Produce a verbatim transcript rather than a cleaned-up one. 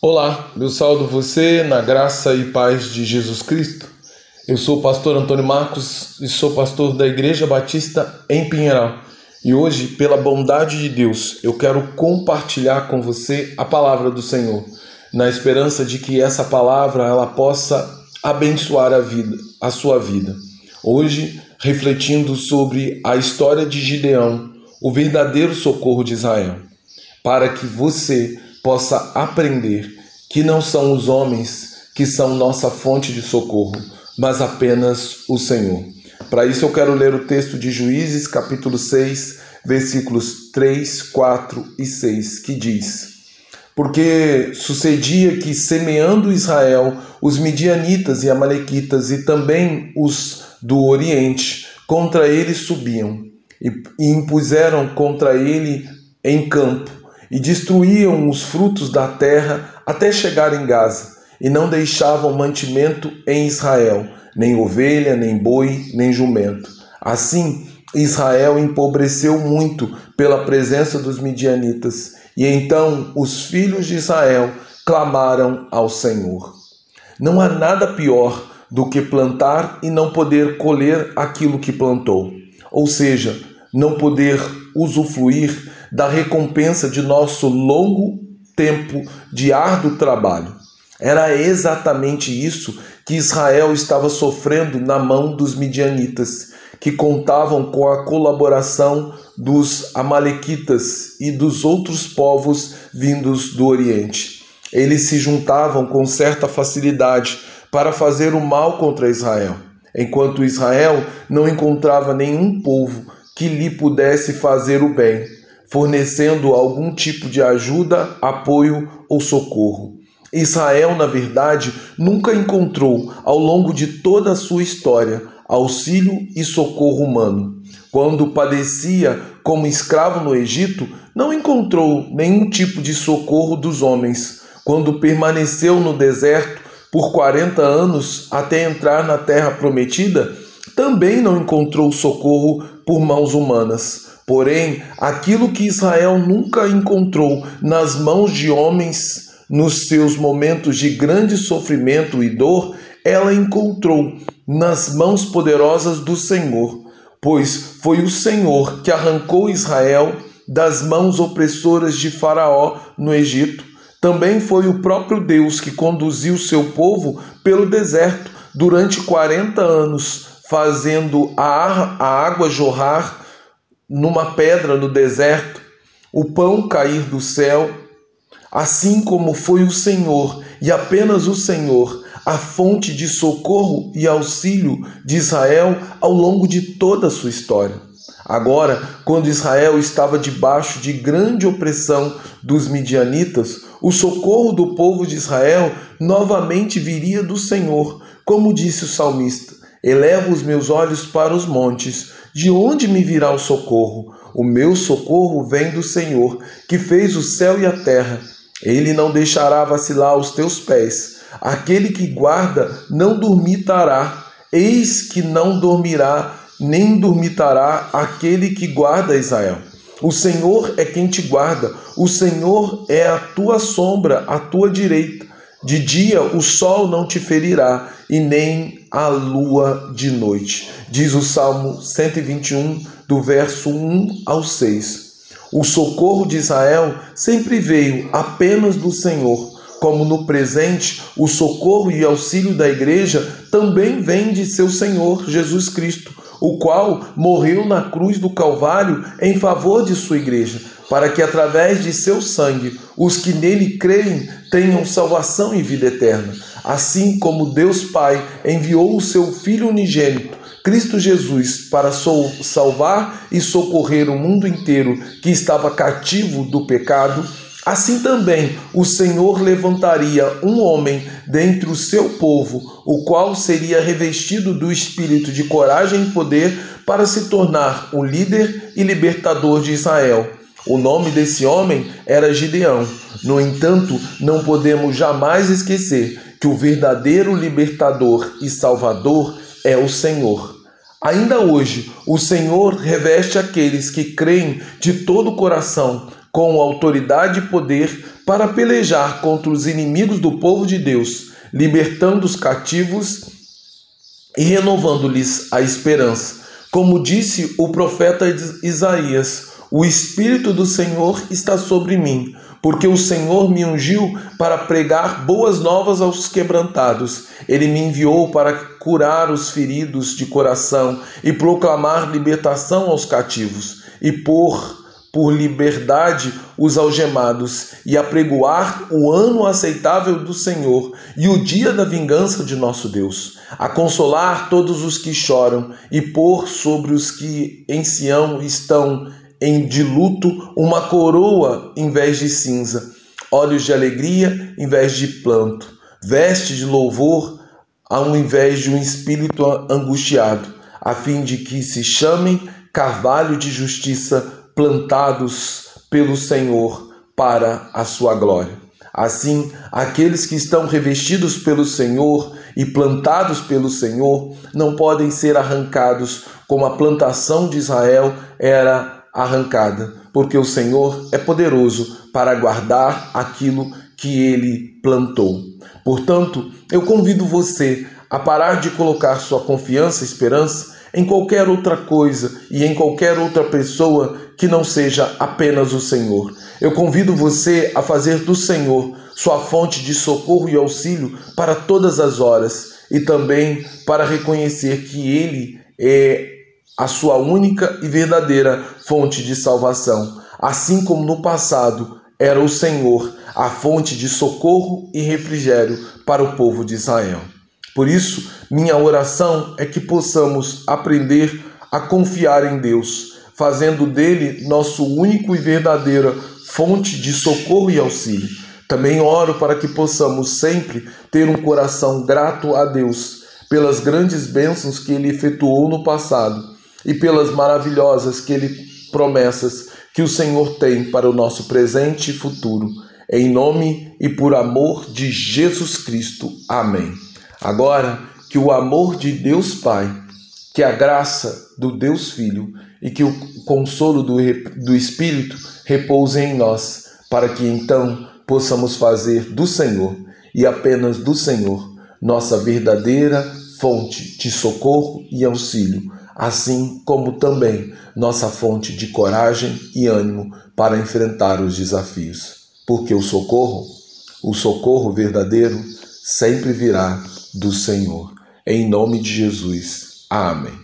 Olá, eu saúdo você na graça e paz de Jesus Cristo. Eu sou o pastor Antônio Marcos e sou pastor da Igreja Batista em Pinheiral. E hoje, pela bondade de Deus, eu quero compartilhar com você a palavra do Senhor, na esperança de que essa palavra ela possa abençoar a vida, a sua vida. Hoje, refletindo sobre a história de Gideão, o verdadeiro socorro de Israel, para que você possa aprender que não são os homens que são nossa fonte de socorro, mas apenas o Senhor. Para isso eu quero ler o texto de Juízes, capítulo seis, versículos três, quatro e seis, que diz: Porque sucedia que, semeando Israel, os midianitas e amalequitas e também os do Oriente, contra ele subiam, e, e impuseram contra ele em campo, e destruíam os frutos da terra até chegar em Gaza, e não deixavam mantimento em Israel, nem ovelha, nem boi, nem jumento. Assim, Israel empobreceu muito pela presença dos midianitas, e então os filhos de Israel clamaram ao Senhor. Não há nada pior do que plantar e não poder colher aquilo que plantou, ou seja, não poder usufruir da recompensa de nosso longo tempo de árduo trabalho. Era exatamente isso que Israel estava sofrendo na mão dos midianitas, que contavam com a colaboração dos amalequitas e dos outros povos vindos do Oriente. Eles se juntavam com certa facilidade para fazer o mal contra Israel, enquanto Israel não encontrava nenhum povo que lhe pudesse fazer o bem, fornecendo algum tipo de ajuda, apoio ou socorro. Israel, na verdade, nunca encontrou, ao longo de toda a sua história, auxílio e socorro humano. Quando padecia como escravo no Egito, não encontrou nenhum tipo de socorro dos homens. Quando permaneceu no deserto por quarenta anos até entrar na terra prometida, também não encontrou socorro por mãos humanas. Porém, aquilo que Israel nunca encontrou nas mãos de homens, nos seus momentos de grande sofrimento e dor, ela encontrou nas mãos poderosas do Senhor, pois foi o Senhor que arrancou Israel das mãos opressoras de Faraó no Egito. Também foi o próprio Deus que conduziu seu povo pelo deserto durante quarenta anos, fazendo a, a água jorrar numa pedra no deserto, o pão cair do céu. Assim como foi o Senhor, e apenas o Senhor, a fonte de socorro e auxílio de Israel ao longo de toda a sua história. Agora, quando Israel estava debaixo de grande opressão dos midianitas, o socorro do povo de Israel novamente viria do Senhor, como disse o salmista: Elevo os meus olhos para os montes, de onde me virá o socorro? O meu socorro vem do Senhor, que fez o céu e a terra. Ele não deixará vacilar os teus pés. Aquele que guarda não dormitará. Eis que não dormirá, nem dormitará aquele que guarda Israel. O Senhor é quem te guarda. O Senhor é a tua sombra, à tua direita. De dia o sol não te ferirá, e nem a lua de noite. Diz o Salmo cento e vinte e um, do verso um ao seis. O socorro de Israel sempre veio apenas do Senhor, como no presente o socorro e auxílio da igreja também vem de seu Senhor Jesus Cristo, o qual morreu na cruz do Calvário em favor de sua igreja, para que através de seu sangue os que nele creem tenham salvação e vida eterna. Assim como Deus Pai enviou o seu Filho unigênito, Cristo Jesus, para salvar e socorrer o mundo inteiro que estava cativo do pecado, assim também o Senhor levantaria um homem dentre o seu povo, o qual seria revestido do espírito de coragem e poder para se tornar o líder e libertador de Israel. O nome desse homem era Gideão. No entanto, não podemos jamais esquecer que o verdadeiro libertador e salvador é o Senhor. Ainda hoje, o Senhor reveste aqueles que creem de todo o coração com autoridade e poder para pelejar contra os inimigos do povo de Deus, libertando os cativos e renovando-lhes a esperança. Como disse o profeta Isaías: o Espírito do Senhor está sobre mim, porque o Senhor me ungiu para pregar boas novas aos quebrantados. Ele me enviou para curar os feridos de coração e proclamar libertação aos cativos e pôr por liberdade os algemados, e apregoar o ano aceitável do Senhor e o dia da vingança de nosso Deus, a consolar todos os que choram e pôr sobre os que em Sião estão em de luto uma coroa em vez de cinza, olhos de alegria em vez de planto, veste de louvor ao invés de um espírito angustiado, a fim de que se chamem carvalho de justiça, plantados pelo Senhor para a sua glória. Assim, aqueles que estão revestidos pelo Senhor e plantados pelo Senhor não podem ser arrancados como a plantação de Israel era arrancada, porque o Senhor é poderoso para guardar aquilo que ele plantou. Portanto, eu convido você a parar de colocar sua confiança e esperança em qualquer outra coisa e em qualquer outra pessoa que não seja apenas o Senhor. Eu convido você a fazer do Senhor sua fonte de socorro e auxílio para todas as horas, e também para reconhecer que Ele é a sua única e verdadeira fonte de salvação, assim como no passado era o Senhor a fonte de socorro e refrigério para o povo de Israel. Por isso, minha oração é que possamos aprender a confiar em Deus, fazendo dele nosso único e verdadeira fonte de socorro e auxílio. Também oro para que possamos sempre ter um coração grato a Deus pelas grandes bênçãos que ele efetuou no passado e pelas maravilhosas que ele, promessas que o Senhor tem para o nosso presente e futuro. Em nome e por amor de Jesus Cristo. Amém. Agora, que o amor de Deus Pai, que a graça do Deus Filho e que o consolo do, do Espírito repousem em nós, para que então possamos fazer do Senhor e apenas do Senhor nossa verdadeira fonte de socorro e auxílio, assim como também nossa fonte de coragem e ânimo para enfrentar os desafios. Porque o socorro, o socorro verdadeiro, sempre virá do Senhor. Em nome de Jesus. Amém.